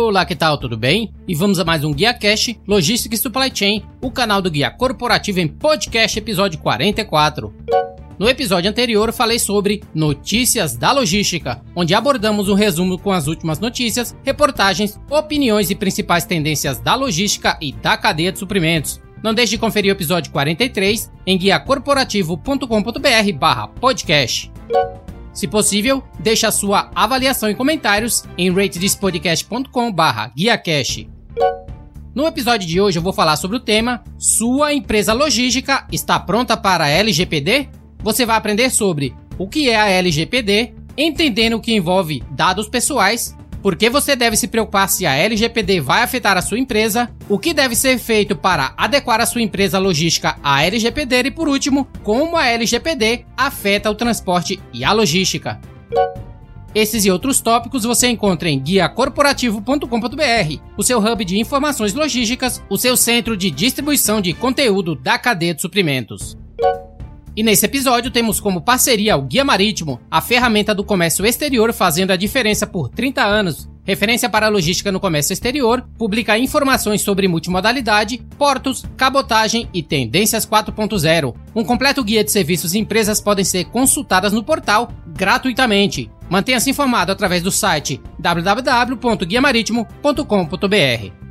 Olá, que tal? Tudo bem? E vamos a mais um GuiaCast Logística e Supply Chain, o canal do Guia Corporativo em podcast, episódio 44. No episódio anterior falei sobre notícias da logística, onde abordamos um resumo com as últimas notícias, reportagens, opiniões e principais tendências da logística e da cadeia de suprimentos. Não deixe de conferir o episódio 43 em guiacorporativo.com.br/podcast. Se possível, deixe a sua avaliação e comentários em ratethispodcast.com/guiacast. No episódio de hoje eu vou falar sobre o tema Sua empresa logística está pronta para a LGPD? Você vai aprender sobre o que é a LGPD, entendendo o que envolve dados pessoais, por que você deve se preocupar se a LGPD vai afetar a sua empresa, o que deve ser feito para adequar a sua empresa logística à LGPD e, por último, como a LGPD afeta o transporte e a logística. Esses e outros tópicos você encontra em guiacorporativo.com.br, o seu hub de informações logísticas, o seu centro de distribuição de conteúdo da cadeia de suprimentos. E nesse episódio temos como parceria o Guia Marítimo, a ferramenta do comércio exterior fazendo a diferença por 30 anos. Referência para a logística no comércio exterior, publica informações sobre multimodalidade, portos, cabotagem e tendências 4.0. Um completo guia de serviços e empresas podem ser consultadas no portal gratuitamente. Mantenha-se informado através do site www.guiamaritimo.com.br.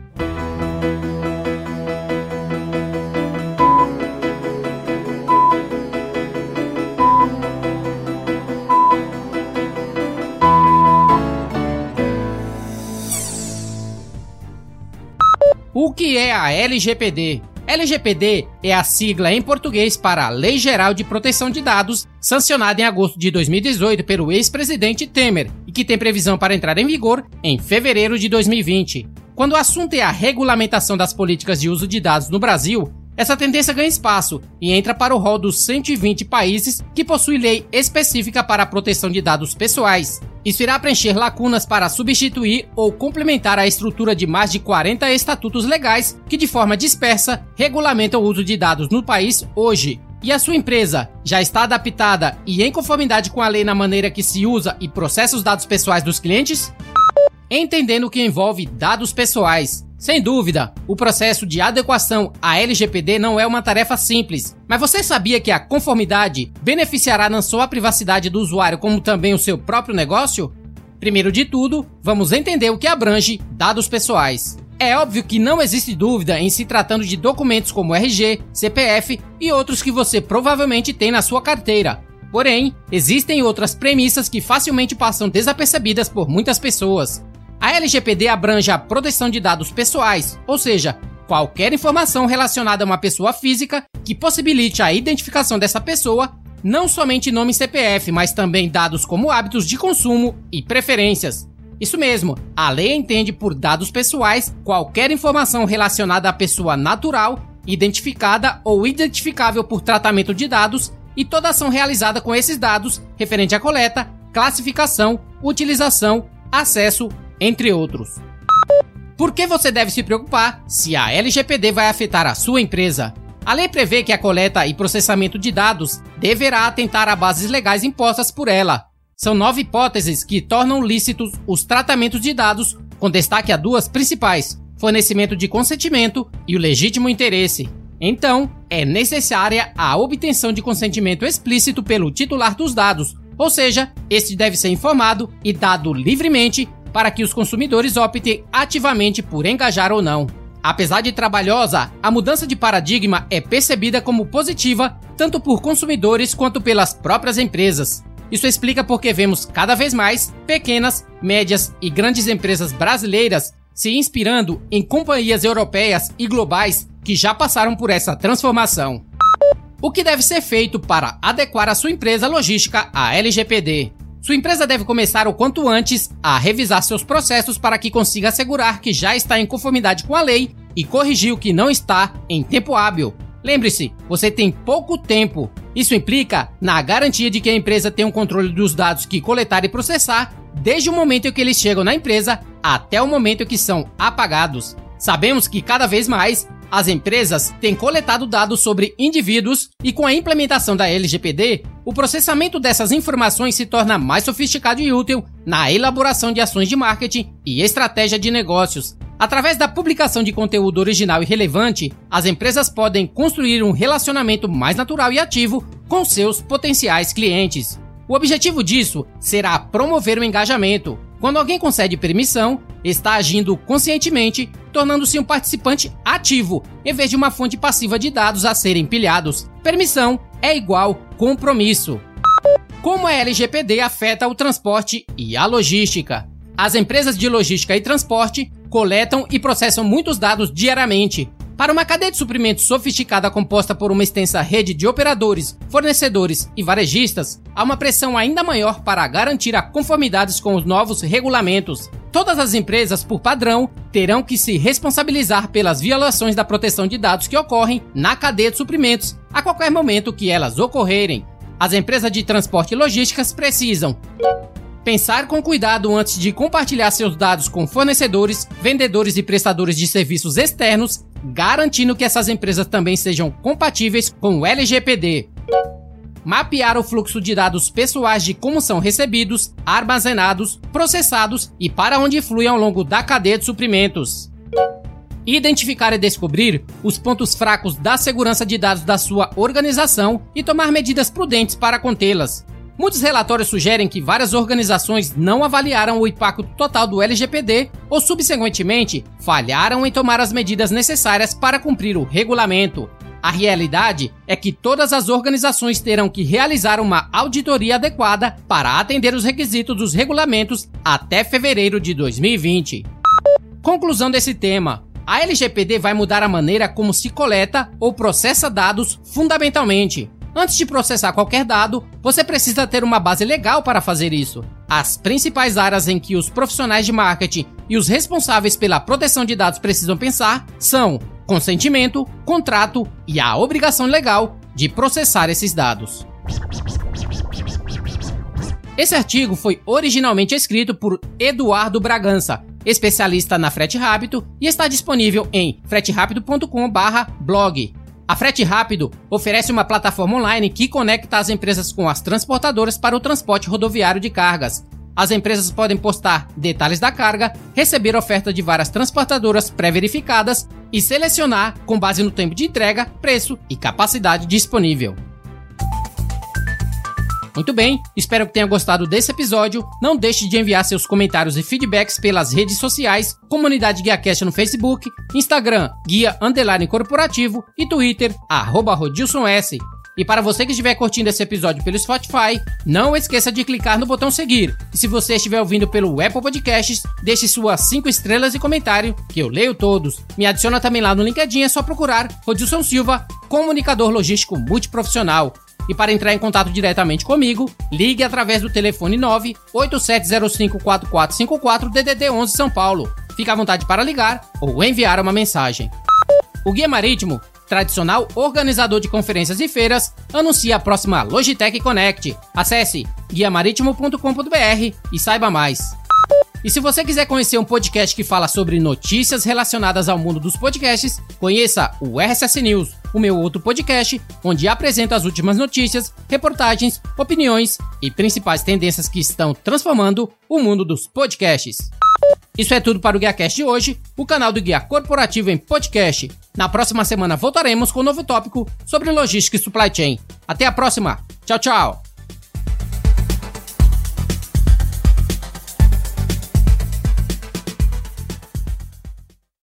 O que é a LGPD? LGPD é a sigla em português para a Lei Geral de Proteção de Dados, sancionada em agosto de 2018 pelo ex-presidente Temer e que tem previsão para entrar em vigor em fevereiro de 2020. Quando o assunto é a regulamentação das políticas de uso de dados no Brasil, essa tendência ganha espaço e entra para o rol dos 120 países que possuem lei específica para a proteção de dados pessoais. Isso irá preencher lacunas para substituir ou complementar a estrutura de mais de 40 estatutos legais que, de forma dispersa, regulamentam o uso de dados no país hoje. E a sua empresa já está adaptada e em conformidade com a lei na maneira que se usa e processa os dados pessoais dos clientes? Entendendo o que envolve dados pessoais. Sem dúvida, o processo de adequação à LGPD não é uma tarefa simples, mas você sabia que a conformidade beneficiará não só a privacidade do usuário, como também o seu próprio negócio? Primeiro de tudo, vamos entender o que abrange dados pessoais. É óbvio que não existe dúvida em se tratando de documentos como RG, CPF e outros que você provavelmente tem na sua carteira. Porém, existem outras premissas que facilmente passam desapercebidas por muitas pessoas. A LGPD abrange a proteção de dados pessoais, ou seja, qualquer informação relacionada a uma pessoa física que possibilite a identificação dessa pessoa, não somente nome e CPF, mas também dados como hábitos de consumo e preferências. Isso mesmo, a lei entende por dados pessoais qualquer informação relacionada à pessoa natural, identificada ou identificável por tratamento de dados e toda ação realizada com esses dados referente à coleta, classificação, utilização, acesso, entre outros. Por que você deve se preocupar se a LGPD vai afetar a sua empresa? A lei prevê que a coleta e processamento de dados deverá atentar a bases legais impostas por ela. São 9 hipóteses que tornam lícitos os tratamentos de dados, com destaque a 2 principais: fornecimento de consentimento e o legítimo interesse. Então, é necessária a obtenção de consentimento explícito pelo titular dos dados, ou seja, este deve ser informado e dado livremente para que os consumidores optem ativamente por engajar ou não. Apesar de trabalhosa, a mudança de paradigma é percebida como positiva tanto por consumidores quanto pelas próprias empresas. Isso explica porque vemos cada vez mais pequenas, médias e grandes empresas brasileiras se inspirando em companhias europeias e globais que já passaram por essa transformação. O que deve ser feito para adequar a sua empresa logística à LGPD? Sua empresa deve começar o quanto antes a revisar seus processos para que consiga assegurar que já está em conformidade com a lei e corrigir o que não está em tempo hábil. Lembre-se, você tem pouco tempo. Isso implica na garantia de que a empresa tem um controle dos dados que coletar e processar, desde o momento em que eles chegam na empresa até o momento em que são apagados. Sabemos que cada vez mais As empresas têm coletado dados sobre indivíduos e com a implementação da LGPD, o processamento dessas informações se torna mais sofisticado e útil na elaboração de ações de marketing e estratégia de negócios. Através da publicação de conteúdo original e relevante, as empresas podem construir um relacionamento mais natural e ativo com seus potenciais clientes. O objetivo disso será promover o engajamento. Quando alguém concede permissão, está agindo conscientemente, tornando-se um participante ativo, em vez de uma fonte passiva de dados a serem pilhados. Permissão é igual compromisso. Como a LGPD afeta o transporte e a logística? As empresas de logística e transporte coletam e processam muitos dados diariamente. Para uma cadeia de suprimentos sofisticada composta por uma extensa rede de operadores, fornecedores e varejistas, há uma pressão ainda maior para garantir a conformidade com os novos regulamentos. Todas as empresas, por padrão, terão que se responsabilizar pelas violações da proteção de dados que ocorrem na cadeia de suprimentos, a qualquer momento que elas ocorrerem. As empresas de transporte e logísticas precisam pensar com cuidado antes de compartilhar seus dados com fornecedores, vendedores e prestadores de serviços externos, garantindo que essas empresas também sejam compatíveis com o LGPD. Mapear o fluxo de dados pessoais de como são recebidos, armazenados, processados e para onde fluem ao longo da cadeia de suprimentos. Identificar e descobrir os pontos fracos da segurança de dados da sua organização e tomar medidas prudentes para contê-las. Muitos relatórios sugerem que várias organizações não avaliaram o impacto total do LGPD ou, subsequentemente, falharam em tomar as medidas necessárias para cumprir o regulamento. A realidade é que todas as organizações terão que realizar uma auditoria adequada para atender os requisitos dos regulamentos até fevereiro de 2020. Conclusão desse tema: a LGPD vai mudar a maneira como se coleta ou processa dados fundamentalmente. Antes de processar qualquer dado, você precisa ter uma base legal para fazer isso. As principais áreas em que os profissionais de marketing e os responsáveis pela proteção de dados precisam pensar são consentimento, contrato e a obrigação legal de processar esses dados. Esse artigo foi originalmente escrito por Eduardo Bragança, especialista na Frete Rápido, e está disponível em freterapido.com/blog. A Frete Rápido oferece uma plataforma online que conecta as empresas com as transportadoras para o transporte rodoviário de cargas. As empresas podem postar detalhes da carga, receber oferta de várias transportadoras pré-verificadas e selecionar com base no tempo de entrega, preço e capacidade disponível. Muito bem, espero que tenha gostado desse episódio. Não deixe de enviar seus comentários e feedbacks pelas redes sociais, Comunidade GuiaCast no Facebook, Instagram, Guia_Corporativo e Twitter, @RodilsonS. E para você que estiver curtindo esse episódio pelo Spotify, não esqueça de clicar no botão seguir. E se você estiver ouvindo pelo Apple Podcasts, deixe suas 5 estrelas e comentário, que eu leio todos. Me adiciona também lá no LinkedIn, é só procurar Rodilson Silva, comunicador logístico multiprofissional. E para entrar em contato diretamente comigo, ligue através do telefone 987054454 DDD 11 São Paulo. Fique à vontade para ligar ou enviar uma mensagem. O Guia Marítimo, tradicional organizador de conferências e feiras, anuncia a próxima Logitech Connect. Acesse guiamaritimo.com.br e saiba mais. E se você quiser conhecer um podcast que fala sobre notícias relacionadas ao mundo dos podcasts, conheça o RSS News, o meu outro podcast, onde apresento as últimas notícias, reportagens, opiniões e principais tendências que estão transformando o mundo dos podcasts. Isso é tudo para o GuiaCast de hoje, o canal do Guia Corporativo em podcast. Na próxima semana voltaremos com um novo tópico sobre logística e supply chain. Até a próxima. Tchau, tchau.